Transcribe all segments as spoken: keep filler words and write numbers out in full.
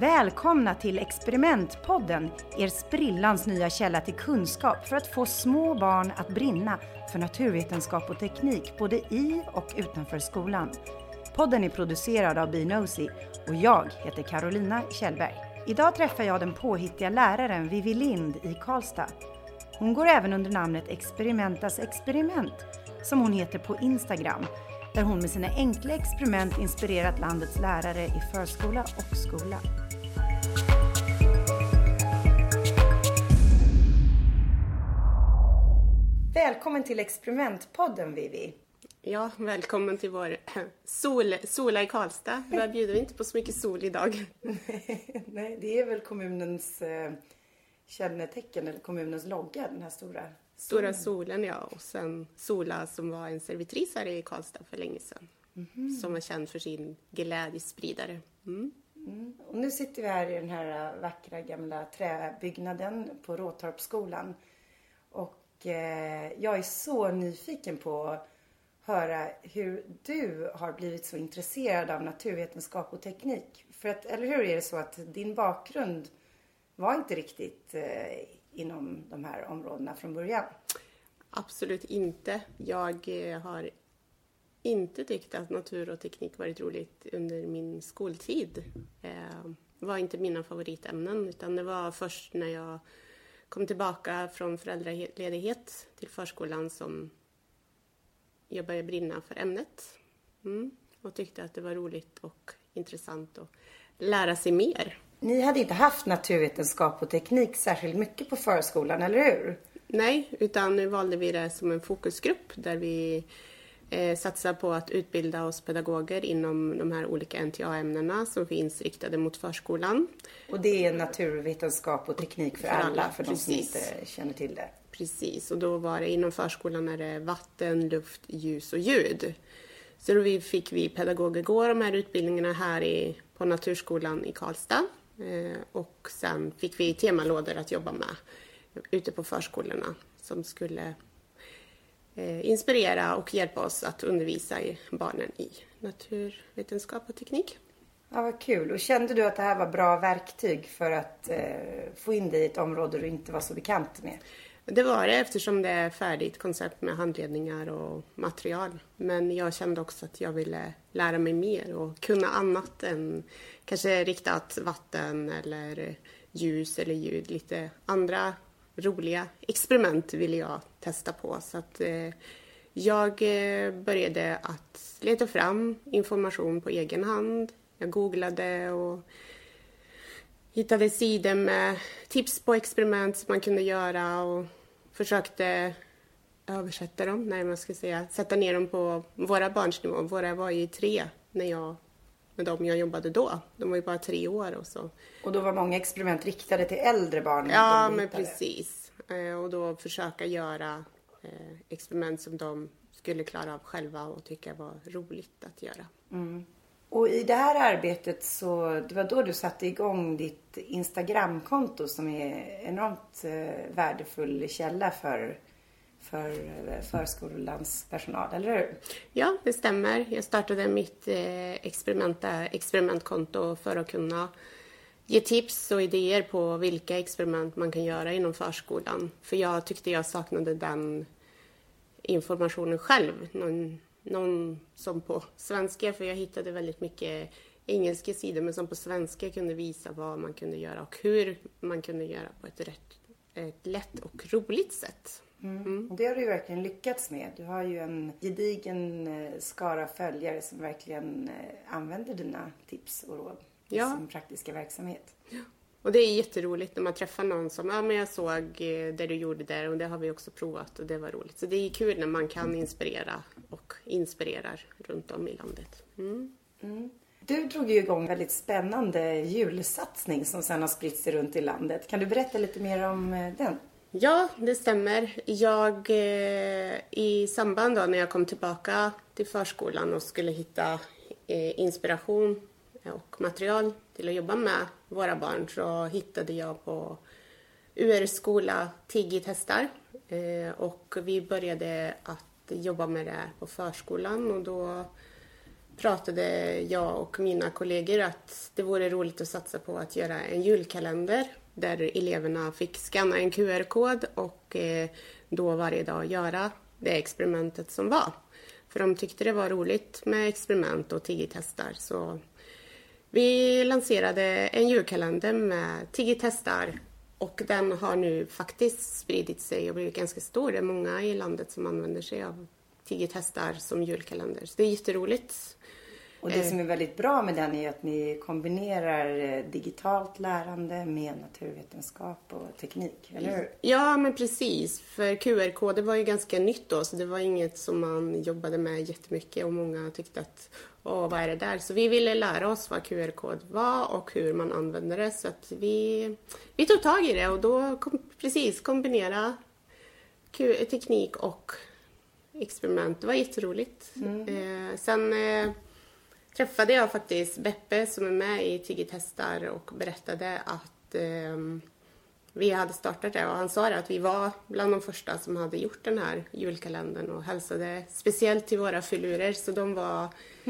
Välkomna till Experimentpodden, er sprillans nya källa till kunskap för att få små barn att brinna för naturvetenskap och teknik både i och utanför skolan. Podden är producerad av Binosi och jag heter Carolina Kjellberg. Idag träffar jag den påhittiga läraren Vivi Lind i Karlstad. Hon går även under namnet Experimentas Experiment, som hon heter på Instagram, där hon med sina enkla experiment inspirerat landets lärare i förskola och skola. Välkommen till Experimentpodden, Vivi. Ja, välkommen till vår sol, sola i Karlstad. Vi bjuder inte på så mycket sol idag. Nej, det är väl kommunens eh, kännetecken eller kommunens logga, den här stora solen. Stora solen, ja. Och sen Sola som var en servitris här i Karlstad för länge sedan. Mm-hmm. Som var känd för sin glädjespridare. Mm. Mm. Och nu sitter vi här i den här vackra gamla träbyggnaden på Råtorpsskolan. Och eh, jag är så nyfiken på att höra hur du har blivit så intresserad av naturvetenskap och teknik. För att, eller hur är det så att din bakgrund var inte riktigt eh, inom de här områdena från början? Absolut inte. Jag eh, har inte tyckt att natur och teknik varit roligt under min skoltid. Eh, det var inte mina favoritämnen, utan det var först när jag kom tillbaka från föräldraledighet till förskolan som jag började brinna för ämnet. Mm. Och tyckte att det var roligt och intressant att lära sig mer. Ni hade inte haft naturvetenskap och teknik särskilt mycket på förskolan, eller hur? Nej, utan nu valde vi det som en fokusgrupp där vi eh, satsar på att utbilda oss pedagoger inom de här olika N T A-ämnena som finns riktade mot förskolan. Och det är naturvetenskap och teknik för, för alla, alla, för precis. De som inte känner till det. Precis, och då var det inom förskolan är det vatten, luft, ljus och ljud. Så då fick vi pedagoger gå de här utbildningarna här i, på Naturskolan i Karlstad. Eh, och sen fick vi temalådor att jobba med ute på förskolorna som skulle eh, inspirera och hjälpa oss att undervisa barnen i naturvetenskap och teknik. Ja, vad kul. Och kände du att det här var bra verktyg för att eh, få in dig i ett område du inte var så bekant med? Det var det eftersom det är färdigt koncept med handledningar och material. Men jag kände också att jag ville lära mig mer och kunna annat än kanske riktat vatten eller ljus eller ljud. Lite andra roliga experiment ville jag testa på. Så att eh, jag började att leta fram information på egen hand. Jag googlade och hittade sidor med tips på experiment som man kunde göra och försökte översätta dem, nej man ska säga, sätta ner dem på våra barns nivå. Våra var ju tre när jag, med dem jag jobbade då. De var ju bara tre år och så. Och då var många experiment riktade till äldre barn? Ja, men precis. Och då försöka göra experiment som de skulle klara av själva och tycka var roligt att göra. Mm. Och i det här arbetet så, det var då du satte igång ditt Instagramkonto som är enormt eh, värdefull källa för, för förskolans personal, eller hur? Ja, det stämmer. Jag startade mitt eh, experiment, experimentkonto för att kunna ge tips och idéer på vilka experiment man kan göra inom förskolan. För jag tyckte jag saknade den informationen själv. Någon, Någon som på svenska, för jag hittade väldigt mycket engelska sidor, men som på svenska kunde visa vad man kunde göra och hur man kunde göra på ett, rätt, ett lätt och roligt sätt. Mm. Mm. Och det har du ju verkligen lyckats med. Du har ju en gedigen skara följare som verkligen använder dina tips och råd i ja. sin praktiska verksamhet. Ja. Och det är jätteroligt när man träffar någon som, ja men jag såg det du gjorde där och det har vi också provat och det var roligt. Så det är kul när man kan inspirera och inspirerar runt om i landet. Mm. Mm. Du drog ju igång en väldigt spännande julsatsning som sedan har spritt sig runt i landet. Kan du berätta lite mer om den? Ja, det stämmer. Jag eh, i samband då när jag kom tillbaka till förskolan och skulle hitta eh, inspiration och material till att jobba med våra barn så hittade jag på U R-skola Tiggit-hästar och vi började att jobba med det på förskolan och då pratade jag och mina kollegor att det vore roligt att satsa på att göra en julkalender där eleverna fick scanna en Q R-kod och eh, då varje dag göra det experimentet som var. För de tyckte det var roligt med experiment och Tigi-testar. Så vi lanserade en julkalender med Tigi-testar och den har nu faktiskt spridit sig och blivit ganska stor. Det är många i landet som använder sig av Tigi-testar som julkalender. Så det är jätteroligt. Och det som är väldigt bra med den är att ni kombinerar digitalt lärande med naturvetenskap och teknik, eller hur? Ja, men precis. För Q R-koder var ju ganska nytt då, så det var inget som man jobbade med jättemycket och många tyckte att, åh, vad är det där? Så vi ville lära oss vad Q R-kod var och hur man använde det, så att vi, vi tog tag i det och då kom, precis kombinera Q- teknik och experiment. Det var jätteroligt. Mm. Eh, sen... Eh, träffade jag faktiskt Beppe som är med i Tigi-testar och berättade att eh, vi hade startat det. Och han sa det att vi var bland de första som hade gjort den här julkalendern och hälsade speciellt till våra filurer. Så de var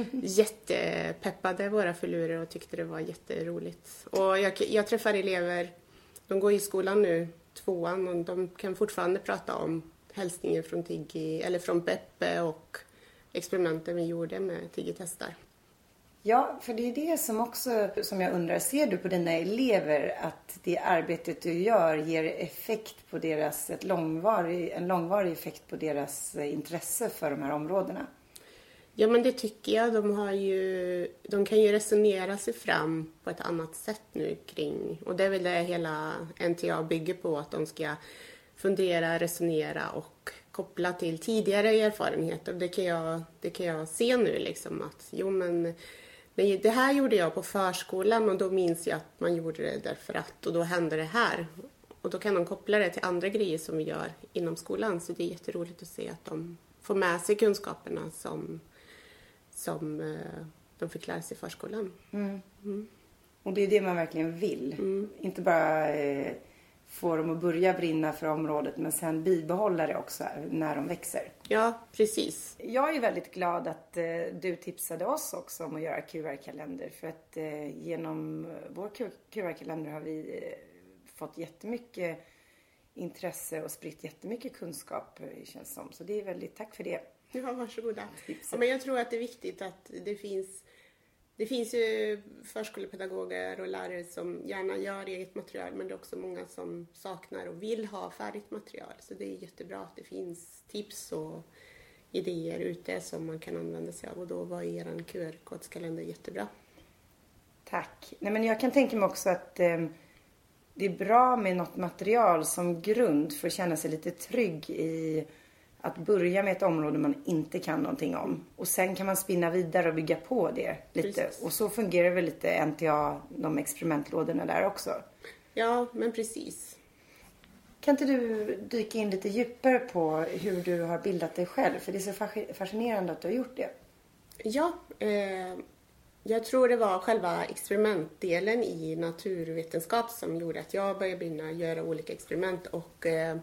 jättepeppade, våra filurer, och tyckte det var jätteroligt. Och jag, jag träffar elever, de går i skolan nu, tvåan, och de kan fortfarande prata om hälsningen från Tigi, eller från Beppe och experimenten vi gjorde med Tigi-testar. Ja, för det är det som också, som jag undrar, ser du på dina elever att det arbetet du gör ger effekt på deras, ett långvarig, en långvarig effekt på deras intresse för de här områdena? Ja, men det tycker jag. De, har ju, de kan ju resonera sig fram på ett annat sätt nu kring, och det är väl det hela N T A bygger på, att de ska fundera, resonera och koppla till tidigare erfarenheter. Det kan jag, det kan jag se nu liksom att, jo men nej, det här gjorde jag på förskolan och då minns jag att man gjorde det därför att, och då hände det här. Och då kan de koppla det till andra grejer som vi gör inom skolan. Så det är jätteroligt att se att de får med sig kunskaperna som, som eh, de fick lära sig i förskolan. Mm. Mm. Och det är det man verkligen vill. Mm. Inte bara eh, få dem att börja brinna för området, men sen bibehålla det också när de växer. Ja, precis. Jag är väldigt glad att eh, du tipsade oss också om att göra Q R-kalender. För att eh, genom vår Q R-kalender har vi eh, fått jättemycket intresse och spritt jättemycket kunskap, eh, känns som. Så det är väldigt, tack för det. Ja, varsågoda. Ja, men jag tror att det är viktigt att det finns, det finns ju förskolepedagoger och lärare som gärna gör eget material, men det är också många som saknar och vill ha färdigt material. Så det är jättebra att det finns tips och idéer ute som man kan använda sig av, och då var er Q R-kodskalender jättebra. Tack. Nej, men jag kan tänka mig också att eh, det är bra med något material som grund för att känna sig lite trygg i att börja med ett område man inte kan någonting om. Och sen kan man spinna vidare och bygga på det lite. Precis. Och så fungerar väl lite N T A, de experimentlådorna där också. Ja, men precis. Kan inte du dyka in lite djupare på hur du har bildat dig själv? För det är så fascinerande att du har gjort det. Ja, eh, jag tror det var själva experimentdelen i naturvetenskap som gjorde att jag började brinna göra olika experiment. Och eh,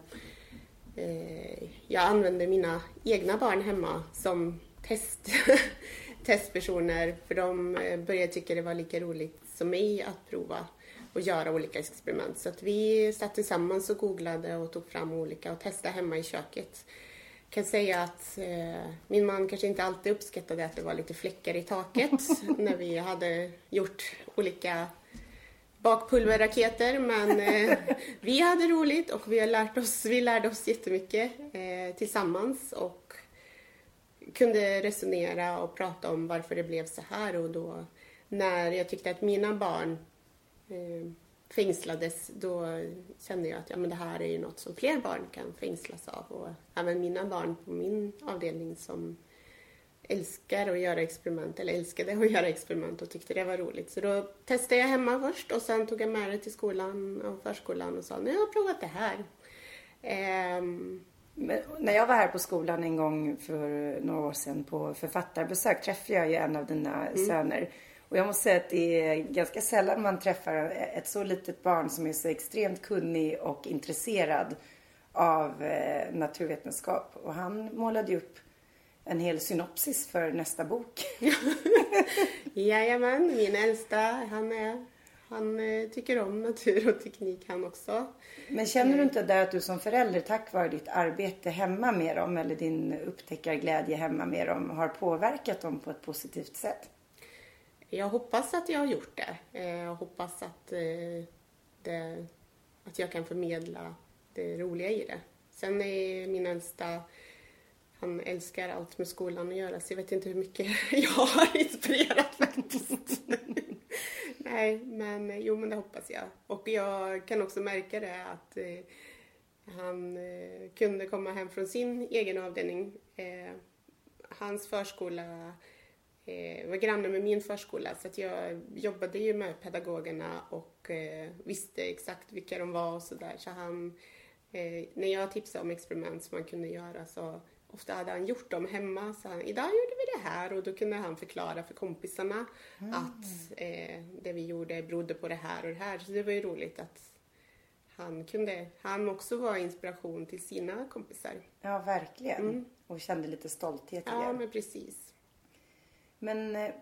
eh, jag använde mina egna barn hemma som test, testpersoner. För de började tycka det var lika roligt som mig att prova och göra olika experiment. Så att vi satt tillsammans och googlade och tog fram olika och testade hemma i köket. Jag kan säga att eh, min man kanske inte alltid uppskattade att det var lite fläckar i taket när vi hade gjort olika bakpulverraketer. Men eh, vi hade roligt och vi har lärt oss, vi lärde oss jättemycket eh, tillsammans och kunde resonera och prata om varför det blev så här. Och då när jag tyckte att mina barn fängslades, då kände jag att ja, men det här är ju något som fler barn kan fängslas av, och även mina barn på min avdelning som älskar att göra experiment eller älskade att göra experiment och tyckte det var roligt. Så då testade jag hemma först och sen tog jag med det till skolan och förskolan och sa nu har jag provat det här. Um, Men när jag var här på skolan en gång för några år sedan på författarbesök träffade jag ju en av dina mm. söner. Och jag måste säga att det är ganska sällan man träffar ett så litet barn som är så extremt kunnig och intresserad av eh, naturvetenskap. Och han målade upp en hel synopsis för nästa bok. Jajamän, min äldsta, han, är, han tycker om natur och teknik han också. Men känner du inte där att du som förälder tack vare ditt arbete hemma med dem eller din upptäckarglädje hemma med dem har påverkat dem på ett positivt sätt? Jag hoppas att jag har gjort det. Jag hoppas att, det, att jag kan förmedla det roliga i det. Sen är min äldsta, han älskar allt med skolan att göra, så jag vet inte hur mycket jag har inspirerat faktiskt. Nej, men jo, men det hoppas jag. Och jag kan också märka det att eh, han eh, kunde komma hem från sin egen avdelning. Eh, hans förskola eh, var granne med min förskola, så att jag jobbade ju med pedagogerna och eh, visste exakt vilka de var och sådär. Så han, eh, när jag tipsade om experiment som man kunde göra, så ofta hade han gjort dem hemma. Så han, idag gjorde vi det här, och då kunde han förklara för kompisarna mm. att eh, det vi gjorde berodde på det här och det här. Så det var ju roligt att han kunde, han också var inspiration till sina kompisar. Ja, verkligen. Mm. Och kände lite stolthet i det. Ja, men precis. Men eh,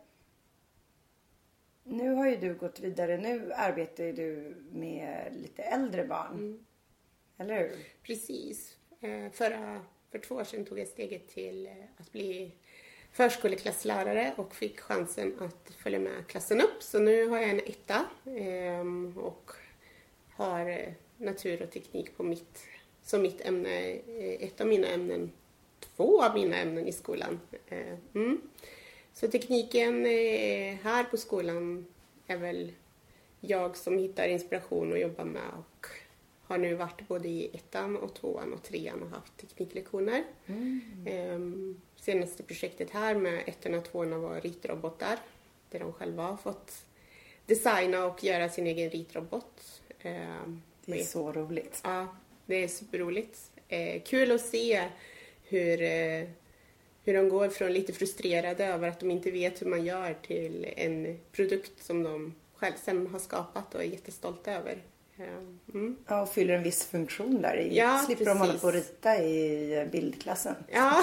nu har ju du gått vidare. Nu arbetar ju du med lite äldre barn. Mm. Eller hur? Precis. Eh, förra... För två år sedan tog jag steget till att bli förskoleklasslärare och fick chansen att följa med klassen upp. Så nu har jag en etta och har natur och teknik på mitt, som mitt ämne, ett av mina ämnen, två av mina ämnen i skolan. Mm. Så tekniken här på skolan är väl jag som hittar inspiration och jobbar med, och har nu varit både i ettan och tvåan och trean och haft tekniklektioner. Mm. Um, senaste projektet här med ettorna och tvåorna var ritrobotar. Där de själva har fått designa och göra sin egen ritrobot. Um, det är med. Så roligt. Ja, det är superroligt. Uh, kul att se hur, uh, hur de går från lite frustrerade över att de inte vet hur man gör till en produkt som de själv sen har skapat och är jättestolta över. Mm. Ja, och fyller en viss funktion där. I, ja, slipper precis. de hålla på att rita i bildklassen. Ja,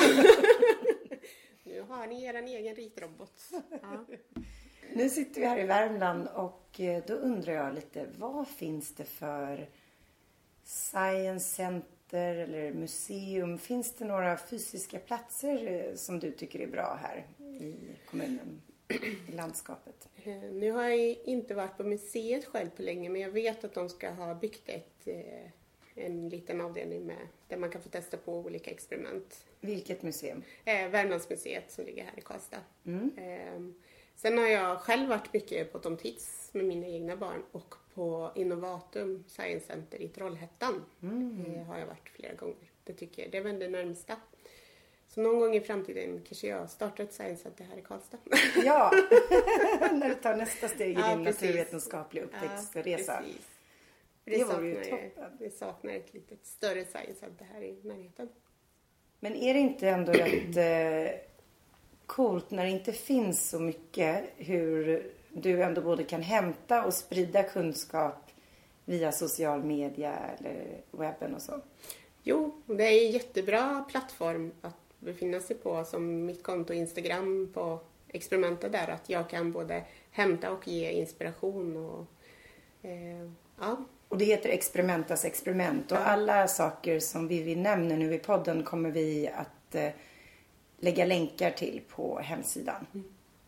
nu har ni er egen ritrobot. Ja. Nu sitter vi här i Värmland och då undrar jag lite, vad finns det för science center eller museum? Finns det några fysiska platser som du tycker är bra här i kommunen? I landskapet. Nu har jag inte varit på museet själv på länge, men jag vet att de ska ha byggt ett, en liten avdelning med, där man kan få testa på olika experiment. Vilket museum? Eh, Värmlandsmuseet som ligger här i Karlstad. Mm. Eh, sen har jag själv varit mycket på Tom Tits med mina egna barn och på Innovatum Science Center i Trollhättan. Mm. Eh, har jag varit flera gånger. Det tycker jag, det är väl det närmsta. Så någon gång i framtiden kanske jag startar ett science center här i Karlstad. Ja, när du tar nästa steg i ja, din precis. naturvetenskapliga upptäcktsresa. Ja, det, det, saknar, det saknar ett litet större science center här i närheten. Men är det inte ändå rätt eh, coolt när det inte finns så mycket hur du ändå både kan hämta och sprida kunskap via social media eller webben och så? Jo, det är en jättebra plattform att befinna sig på, som mitt konto Instagram på experimentet där, att jag kan både hämta och ge inspiration och eh, ja. Och det heter Experimentas experiment och ja. alla saker som vi nämner nu i podden kommer vi att eh, lägga länkar till på hemsidan. Mm.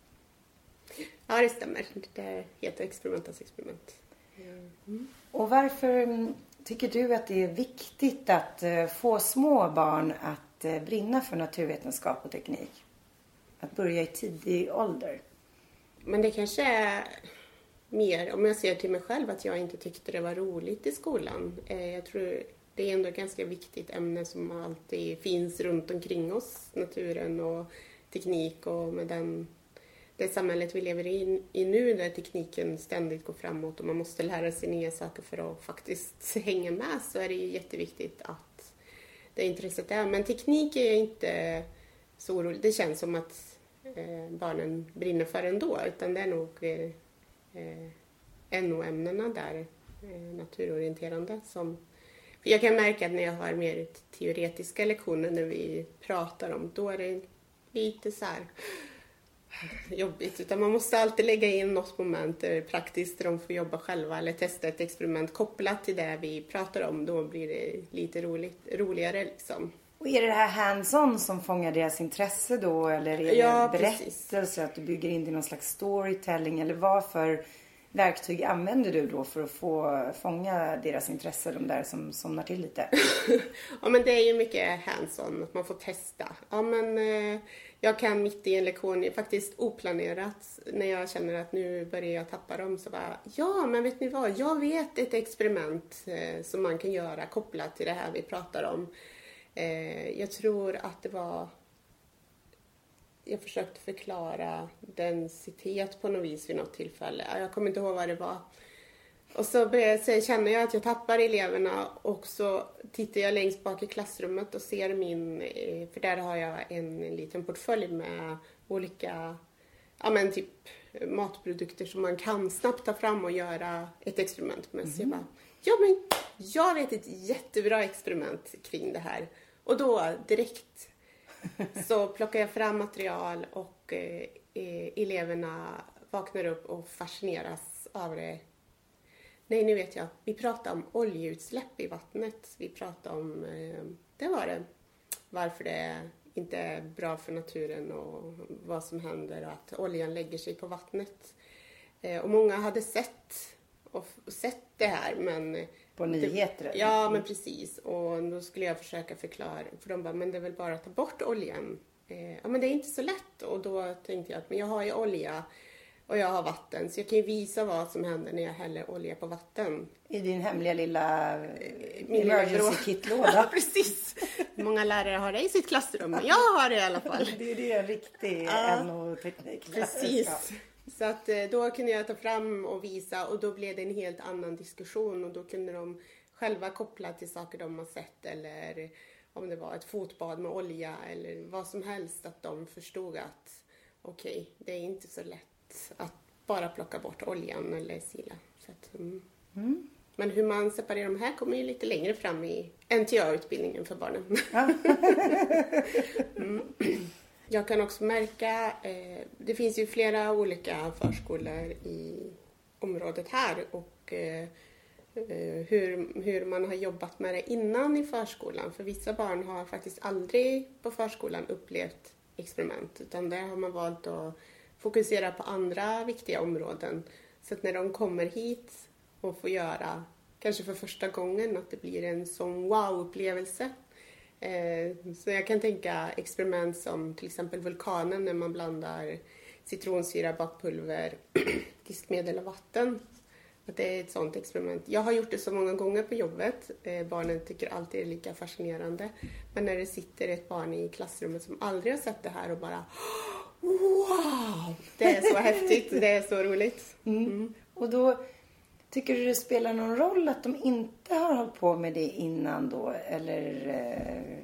Ja, det stämmer. Det heter Experimentas experiment. Mm. Och varför tycker du att det är viktigt att eh, få små barn att brinna för naturvetenskap och teknik? Att börja i tidig ålder. Men det kanske är mer, om jag ser till mig själv, att jag inte tyckte det var roligt i skolan. Jag tror det är ändå ett ganska viktigt ämne som alltid finns runt omkring oss. Naturen och teknik, och med den, det samhället vi lever i, i nu, där tekniken ständigt går framåt och man måste lära sig nya saker för att faktiskt hänga med, så är det ju jätteviktigt att det intresset är. Men teknik är inte så oroligt. Det känns som att eh, barnen brinner för ändå. Utan det är nog eh, N O-ämnena där, eh, naturorienterande. Som, för jag kan märka att när jag har mer teoretiska lektioner, när vi pratar om, då är det lite så här jobbigt. Utan man måste alltid lägga in något moment där praktiskt där de får jobba själva eller testa ett experiment kopplat till det vi pratar om. Då blir det lite roligt, roligare liksom. Och är det det här hands-on som fångar deras intresse då? Eller är det ja, berättelser att du bygger in i någon slags storytelling? Eller vad för verktyg använder du då för att få fånga deras intresse, de där som somnar till lite? Ja, men det är ju mycket hands-on, att man får testa. Ja, men eh, jag kan mitt i en lektion, faktiskt oplanerat, när jag känner att nu börjar jag tappa dem, så bara, ja, men vet ni vad? Jag vet ett experiment eh, som man kan göra kopplat till det här vi pratar om. Eh, jag tror att det var... Jag försökte förklara densitet på något vis vid något tillfälle. Jag kommer inte ihåg vad det var. Och så började jag, känner jag att jag tappar eleverna. Och så tittar jag längst bak i klassrummet och ser min... För där har jag en, en liten portfölj med olika ja, men typ matprodukter som man kan snabbt ta fram och göra ett experiment med. Mm. Så jag bara, ja men jag vet ett jättebra experiment kring det här. Och då direkt... Så plockar jag fram material och eh, eleverna vaknar upp och fascineras av det. Nej, nu vet jag. Vi pratar om oljeutsläpp i vattnet. Vi pratar om, eh, det var det, varför det inte är bra för naturen och vad som händer och att oljan lägger sig på vattnet. Eh, och många hade sett, och, och sett det här, men... På nyheter? Det, ja, men precis. Och då skulle jag försöka förklara. För de bara, men det är väl bara att ta bort oljan. Eh, ja, men det är inte så lätt. Och då tänkte jag att men jag har ju olja och jag har vatten. Så jag kan ju visa vad som händer när jag häller olja på vatten. I din hemliga lilla Min emergency kit-låda. Ja, precis. Många lärare har det i sitt klassrum. Men jag har det i alla fall. Det är det, en riktig ja, N O-teknik. Precis. Så att då kunde jag ta fram och visa och då blev det en helt annan diskussion och då kunde de själva koppla till saker de har sett eller om det var ett fotbad med olja eller vad som helst, att de förstod att okej, okay, det är inte så lätt att bara plocka bort oljan eller sila. Så att, mm. Mm. Men hur man separerar de här kommer ju lite längre fram i N T A-utbildningen för barnen. mm. Jag kan också märka, eh, det finns ju flera olika förskolor i området här och eh, hur, hur man har jobbat med det innan i förskolan. För vissa barn har faktiskt aldrig på förskolan upplevt experiment, utan där har man valt att fokusera på andra viktiga områden. Så att när de kommer hit och får göra, kanske för första gången, att det blir en sån wow-upplevelse. Så jag kan tänka experiment som till exempel vulkanen när man blandar citronsyra, bakpulver, diskmedel och vatten. Att det är ett sånt experiment. Jag har gjort det så många gånger på jobbet. Barnen tycker alltid det är lika fascinerande. Men när det sitter ett barn i klassrummet som aldrig har sett det här och bara wow! Det är så häftigt, det är så roligt. Mm. Mm. Och då... Tycker du det spelar någon roll att de inte har hållit på med det innan då? Eller? Eh...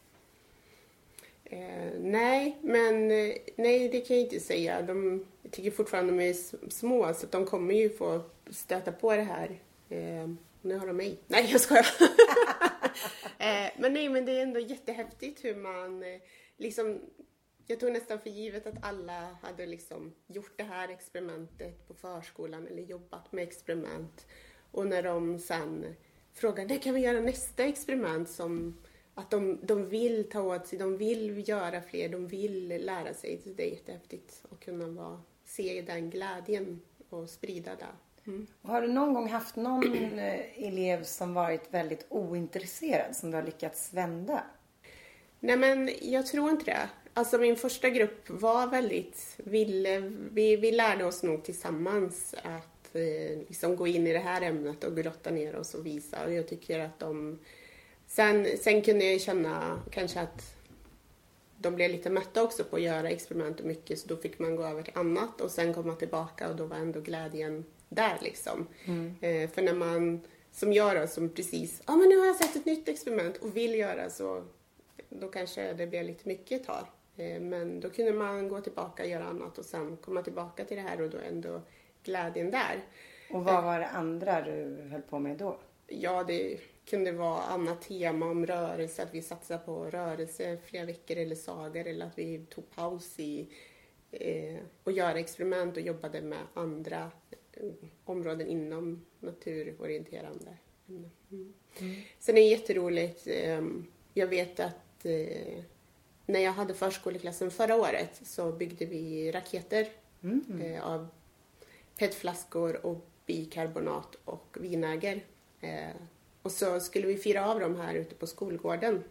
Eh, nej, men nej, det kan jag inte säga. De, jag tycker fortfarande de är små så att de kommer ju få stöta på det här. Eh, nu har de mig. Nej, jag skojar. eh, men nej, men det är ändå jättehäftigt hur man eh, liksom... Jag tog nästan för givet att alla hade liksom gjort det här experimentet på förskolan eller jobbat med experiment. Och när de sen frågade, kan vi göra nästa experiment, som att de, de vill ta åt sig, de vill göra fler, de vill lära sig. Det är jättehäftigt att kunna vara, se den glädjen och sprida det. Mm. Har du någon gång haft någon elev som varit väldigt ointresserad som du har lyckats vända? Nej, men jag tror inte det. Alltså min första grupp var väldigt, ville, vi, vi lärde oss nog tillsammans att eh, liksom gå in i det här ämnet och grotta ner oss och visa. Och jag tycker att de, sen, sen kunde jag känna kanske att de blev lite mätta också på att göra experiment och mycket, så då fick man gå över till annat och sen komma tillbaka och då var ändå glädjen där liksom. Mm. Eh, för när man, som jag då, som precis, ja ah, men nu har jag sett ett nytt experiment och vill göra så, då kanske det blev lite mycket ett tag. Men då kunde man gå tillbaka och göra annat och sen komma tillbaka till det här och då ändå glädjen där. Och vad var det andra du höll på med då? Ja, det, kunde vara annat tema om rörelse, att vi satsar på rörelse flera veckor eller sagor, eller att vi tog paus i eh, och göra experiment och jobbade med andra eh, områden inom naturorienterande ämnen. Mm. Mm. Sen är det jätteroligt, eh, jag vet att eh, när jag hade förskoleklassen förra året så byggde vi raketer mm. eh, av petflaskor och bikarbonat och vinäger. Eh, och så skulle vi fira av dem här ute på skolgården.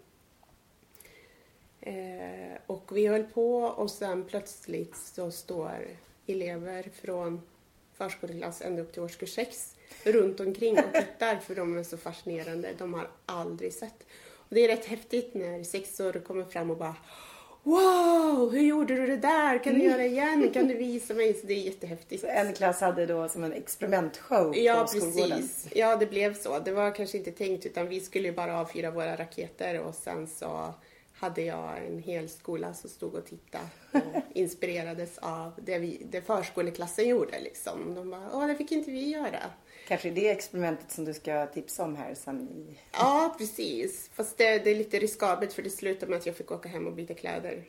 Eh, och vi höll på och sen plötsligt så står elever från förskoleklass ända upp till årskurs sex runt omkring och tittar, för de är så fascinerande. De har aldrig sett. Och det är rätt häftigt när sexor kommer fram och bara wow, hur gjorde du det där? Kan du göra igen? Kan du visa mig? Så det är jättehäftigt. Så en klass hade då som en experimentshow ja, på skolgården? Precis. Ja, det blev så. Det var kanske inte tänkt, utan vi skulle ju bara avfyra våra raketer och sen så hade jag en hel skola som stod och tittade och inspirerades av det, vi, det förskoleklassen gjorde. Liksom. De bara, åh, det fick inte vi göra. Kanske det experimentet som du ska tipsa om här sen i... Ja, precis. Fast det, det är lite riskabelt, för det slutade med att jag fick åka hem och byta kläder.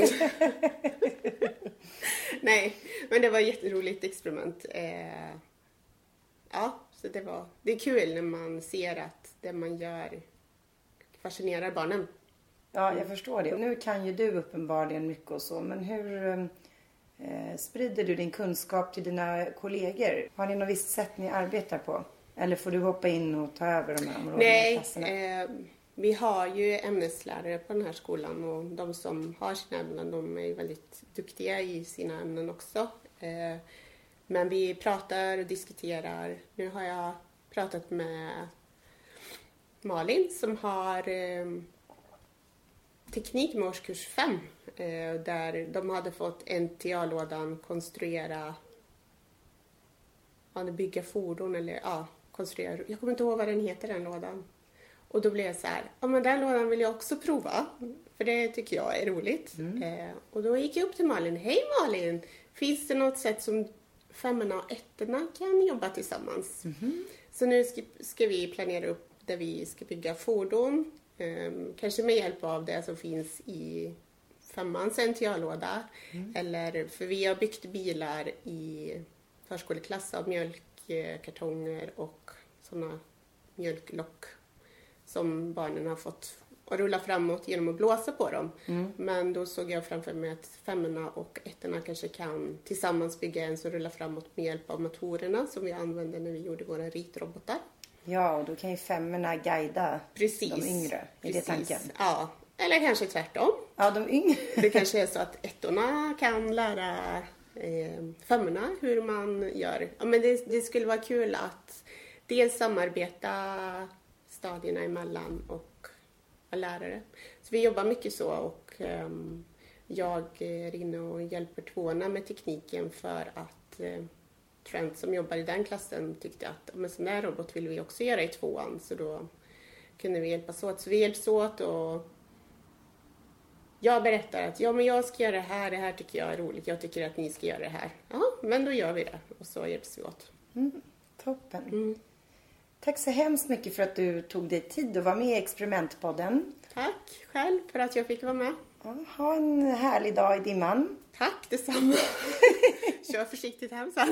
Nej, men det var ett jätteroligt experiment. Eh, ja, så det var... Det är kul när man ser att det man gör fascinerar barnen. Ja, jag förstår det. Nu kan ju du uppenbarligen mycket och så, men hur eh, sprider du din kunskap till dina kollegor? Har ni något visst sätt ni arbetar på? Eller får du hoppa in och ta över de här områdena? Nej, eh, vi har ju ämneslärare på den här skolan, och de som har sina ämnen, de är ju väldigt duktiga i sina ämnen också. Eh, men vi pratar och diskuterar. Nu har jag pratat med Malin som har... Eh, teknik med årskurs fem, eh, där de hade fått N T A-lådan konstruera, ja, bygga fordon eller ja, konstruera, jag kommer inte ihåg vad den heter, den lådan. Och då blev jag så här, ja men den lådan vill jag också prova, för det tycker jag är roligt. Mm. Eh, och då gick jag upp till Malin, hej Malin, finns det något sätt som femmorna och ettorna kan jobba tillsammans? Mm. Så nu ska, ska vi planera upp där vi ska bygga fordon. Um, kanske med hjälp av det som finns i femmans N T A-låda. Mm. Eller, för vi har byggt bilar i förskoleklass av mjölkkartonger och sådana mjölklock som barnen har fått att rulla framåt genom att blåsa på dem. Mm. Men då såg jag framför mig att femmorna och ettorna kanske kan tillsammans bygga en som rullar framåt med hjälp av motorerna som vi använde när vi gjorde våra ritrobotar. Ja, och då kan ju femmorna guida Precis. de yngre. Är Precis. det tanken? Ja, eller kanske tvärtom. Ja, de yngre. Det kanske är så att ettorna kan lära eh, femmorna hur man gör. Ja, men det, det skulle vara kul att dels samarbeta stadierna emellan och lärare. Så vi jobbar mycket så, och eh, jag är inne och hjälper tvåorna med tekniken för att eh, Trent som jobbar i den klassen tyckte att men sån där robot vill vi också göra i tvåan, så då kunde vi hjälpas åt. Så vi hjälps åt, och jag berättar att ja, men jag ska göra det här, det här tycker jag är roligt, jag tycker att ni ska göra det här. Ja, men då gör vi det, och så hjälps vi åt. Mm, toppen. Mm. Tack så hemskt mycket för att du tog dig tid att vara med i Experimentpodden. Tack själv för att jag fick vara med. Ja, ha en härlig dag i dimman. Tack detsamma. Kör försiktigt hem sen.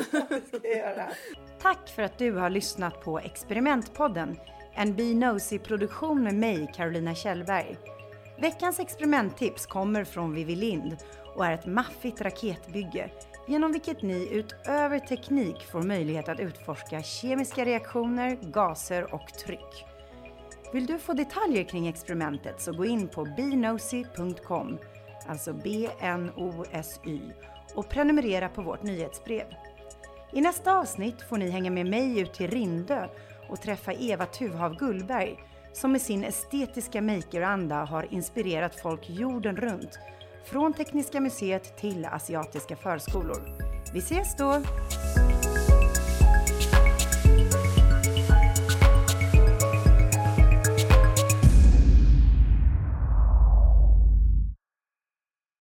Tack för att du har lyssnat på Experimentpodden. En Be Nosy-produktion med mig, Carolina Kjellberg. Veckans experimenttips kommer från Vivi Lind och är ett maffigt raketbygge genom vilket ni utöver teknik får möjlighet att utforska kemiska reaktioner, gaser och tryck. Vill du få detaljer kring experimentet så gå in på benosy punkt com, alltså B N O S Y, och prenumerera på vårt nyhetsbrev. I nästa avsnitt får ni hänga med mig ut till Rindö och träffa Eva Tuvhav Gullberg som med sin estetiska makeranda har inspirerat folk jorden runt, från Tekniska museet till asiatiska förskolor. Vi ses då!